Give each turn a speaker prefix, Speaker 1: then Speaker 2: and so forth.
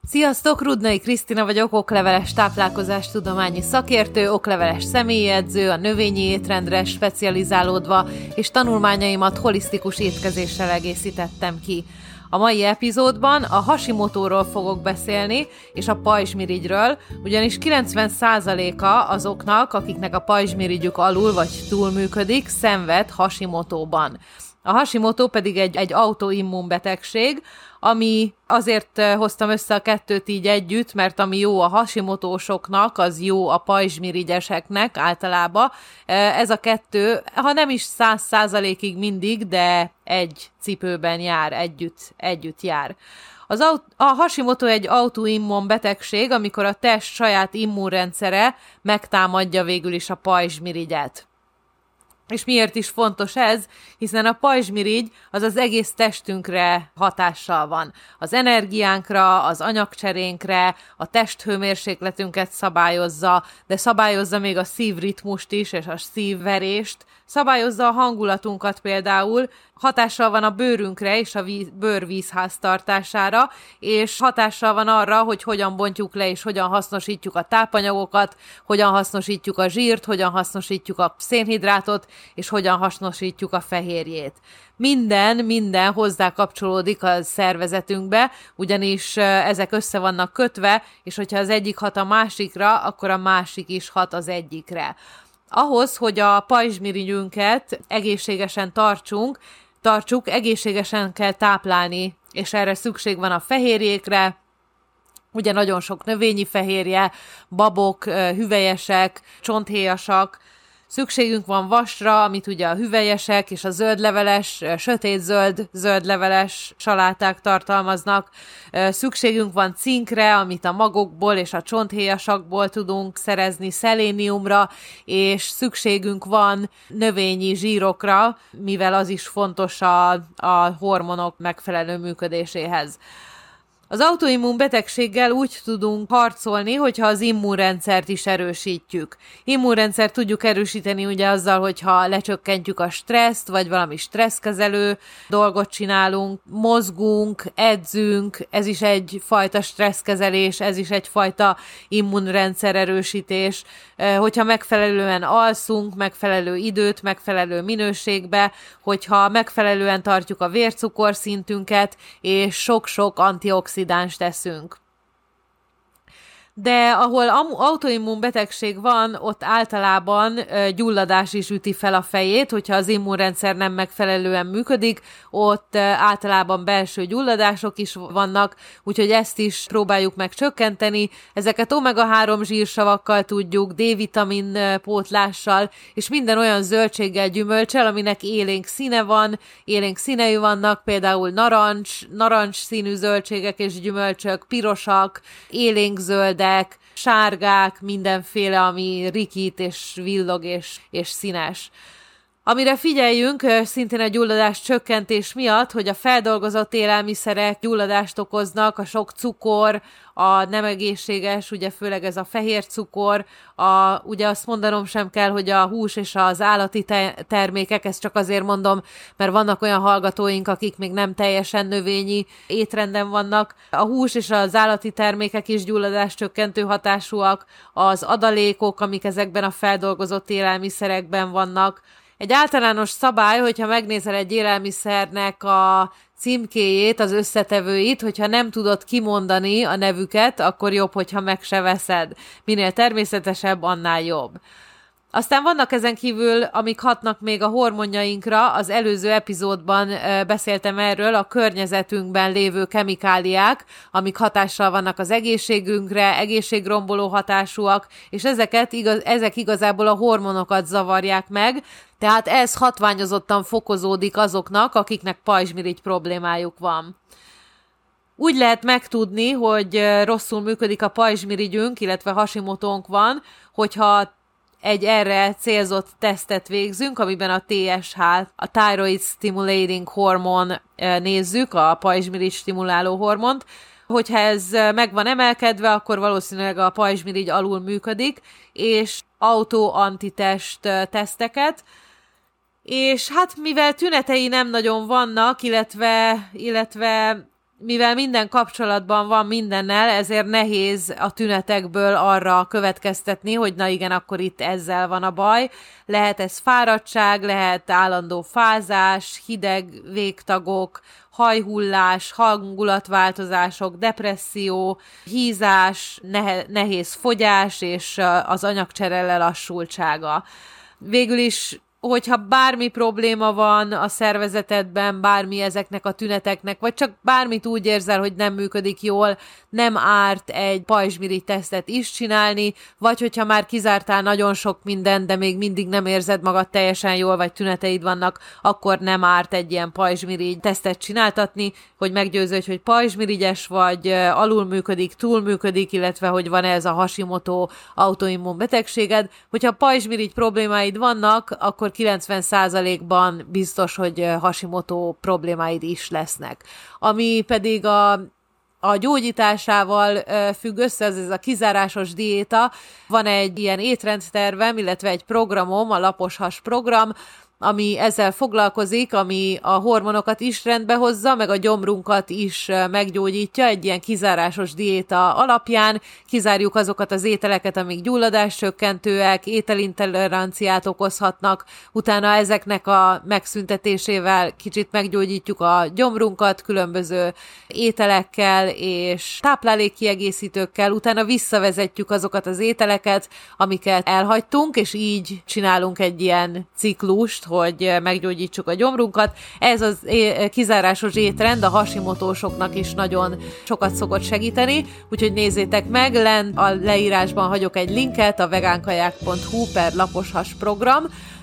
Speaker 1: Sziasztok, Rudnai Krisztina vagyok, okleveles táplálkozástudományi szakértő, okleveles személyedző, a növényi étrendre specializálódva, és tanulmányaimat holisztikus étkezéssel egészítettem ki. A mai epizódban a Hashimotóról fogok beszélni, és a pajzsmirigyről, ugyanis 90%-a azoknak, akiknek a pajzsmirigyük alul vagy túl működik, szenved Hashimotóban. A Hashimoto pedig egy autoimmun betegség, ami azért hoztam össze a kettőt így együtt, mert ami jó a Hashimotósoknak, az jó a pajzsmirigyeseknek általában. Ez a kettő, ha nem is 100%-ig mindig, de egy cipőben jár, együtt jár. A Hashimoto egy autoimmun betegség, amikor a test saját immunrendszere megtámadja végül is a pajzsmirigyet. És miért is fontos ez? Hiszen a pajzsmirigy az egész testünkre hatással van. Az energiánkra, az anyagcserénkre, a testhőmérsékletünket szabályozza, de szabályozza még a szívritmust is, és a szívverést. Szabályozza a hangulatunkat például, hatással van a bőrünkre és a bőr vízháztartására, és hatással van arra, hogy hogyan bontjuk le és hogyan hasznosítjuk a tápanyagokat, hogyan hasznosítjuk a zsírt, hogyan hasznosítjuk a szénhidrátot, és hogyan hasznosítjuk a fehérjét. Minden hozzá kapcsolódik a szervezetünkbe, ugyanis ezek össze vannak kötve, és hogyha az egyik hat a másikra, akkor a másik is hat az egyikre. Ahhoz, hogy a pajzsmirigyünket egészségesen tartsuk, egészségesen kell táplálni, és erre szükség van a fehérjékre, ugye nagyon sok növényi fehérje, babok, hüvelyesek, csonthéjasak, szükségünk van vasra, amit ugye a hüvelyesek és a zöldleveles, zöldleveles saláták tartalmaznak. Szükségünk van cinkre, amit a magokból és a csonthéjasakból tudunk szerezni, szeléniumra, és szükségünk van növényi zsírokra, mivel az is fontos a hormonok megfelelő működéséhez. Az autoimmun betegséggel úgy tudunk harcolni, hogyha az immunrendszert is erősítjük. Immunrendszert tudjuk erősíteni ugye azzal, hogyha lecsökkentjük a stresszt, vagy valami stresszkezelő dolgot csinálunk, mozgunk, edzünk, ez is egyfajta stresszkezelés, ez is egyfajta immunrendszer erősítés. Hogyha megfelelően alszunk, megfelelő időt, megfelelő minőségbe, hogyha megfelelően tartjuk a vércukorszintünket, és sok-sok antioxidáns teszünk. De ahol autoimmun betegség van, ott általában gyulladás is üti fel a fejét, hogyha az immunrendszer nem megfelelően működik, ott általában belső gyulladások is vannak, úgyhogy ezt is próbáljuk meg csökkenteni. Ezeket omega-3 zsírsavakkal tudjuk, D-vitamin pótlással, és minden olyan zöldséggel, gyümölccsel, aminek élénk színe van, élénk színei vannak, például narancs színű zöldségek és gyümölcsök, pirosak, élénk zöldek, sárgák, mindenféle, ami rikít és villog és színes. Amire figyeljünk szintén a gyulladás csökkentés miatt, hogy a feldolgozott élelmiszerek gyulladást okoznak, a sok cukor, a nem egészséges, ugye főleg ez a fehér cukor, ugye azt mondanom sem kell, hogy a hús és az állati termékek, ezt csak azért mondom, mert vannak olyan hallgatóink, akik még nem teljesen növényi étrenden vannak. A hús és az állati termékek is gyulladás csökkentő hatásúak, az adalékok, amik ezekben a feldolgozott élelmiszerekben vannak. Egy általános szabály, hogyha megnézel egy élelmiszernek a címkéjét, az összetevőit, hogyha nem tudod kimondani a nevüket, akkor jobb, hogyha meg se veszed. Minél természetesebb, annál jobb. Aztán vannak ezen kívül, amik hatnak még a hormonjainkra, az előző epizódban beszéltem erről, a környezetünkben lévő kemikáliák, amik hatással vannak az egészségünkre, egészségromboló hatásúak, és ezek igazából a hormonokat zavarják meg, tehát ez hatványozottan fokozódik azoknak, akiknek pajzsmirigy problémájuk van. Úgy lehet megtudni, hogy rosszul működik a pajzsmirigyünk, illetve Hashimotónk van, hogyha egy erre célzott tesztet végzünk, amiben a TSH, a Thyroid Stimulating Hormone nézzük, a pajzsmirigy stimuláló hormont. Hogyha ez meg van emelkedve, akkor valószínűleg a pajzsmirigy alul működik, és autoantitest teszteket, és hát mivel tünetei nem nagyon vannak, illetve mivel minden kapcsolatban van mindennel, ezért nehéz a tünetekből arra következtetni, hogy na igen, akkor itt ezzel van a baj. Lehet ez fáradtság, lehet állandó fázás, hideg végtagok, hajhullás, hangulatváltozások, depresszió, hízás, nehéz fogyás és az anyagcsere lelassultsága. Végül is, hogyha bármi probléma van a szervezetedben, bármi ezeknek a tüneteknek, vagy csak bármit úgy érzel, hogy nem működik jól, nem árt egy pajzsmirigy tesztet is csinálni, vagy hogyha már kizártál nagyon sok mindent, de még mindig nem érzed magad teljesen jól, vagy tüneteid vannak, akkor nem árt egy ilyen pajzsmirigy tesztet csináltatni, hogy meggyőződj, hogy pajzsmirigyes vagy, alul működik, túl működik, illetve hogy van ez a Hashimoto autoimmun betegséged. Hogyha pajzsmirigy problémáid vannak, akkor 90%-ban biztos, hogy Hashimoto problémáid is lesznek. Ami pedig a gyógyításával függ össze, ez a kizárásos diéta. Van egy ilyen étrendtervem, illetve egy programom, a Lapos Has program, ami ezzel foglalkozik, ami a hormonokat is rendbe hozza, meg a gyomrunkat is meggyógyítja egy ilyen kizárásos diéta alapján. Kizárjuk azokat az ételeket, amik gyulladáscsökkentőek, ételintoleranciát okozhatnak, utána ezeknek a megszüntetésével kicsit meggyógyítjuk a gyomrunkat különböző ételekkel és táplálékkiegészítőkkel, utána visszavezetjük azokat az ételeket, amiket elhagytunk, és így csinálunk egy ilyen ciklust, hogy meggyógyítsuk a gyomrunkat. Ez az kizárásos étrend a Hashimotósoknak is nagyon sokat szokott segíteni, úgyhogy nézzétek meg, lent a leírásban hagyok egy linket, a vegánkaják.hu/Lapos Has program,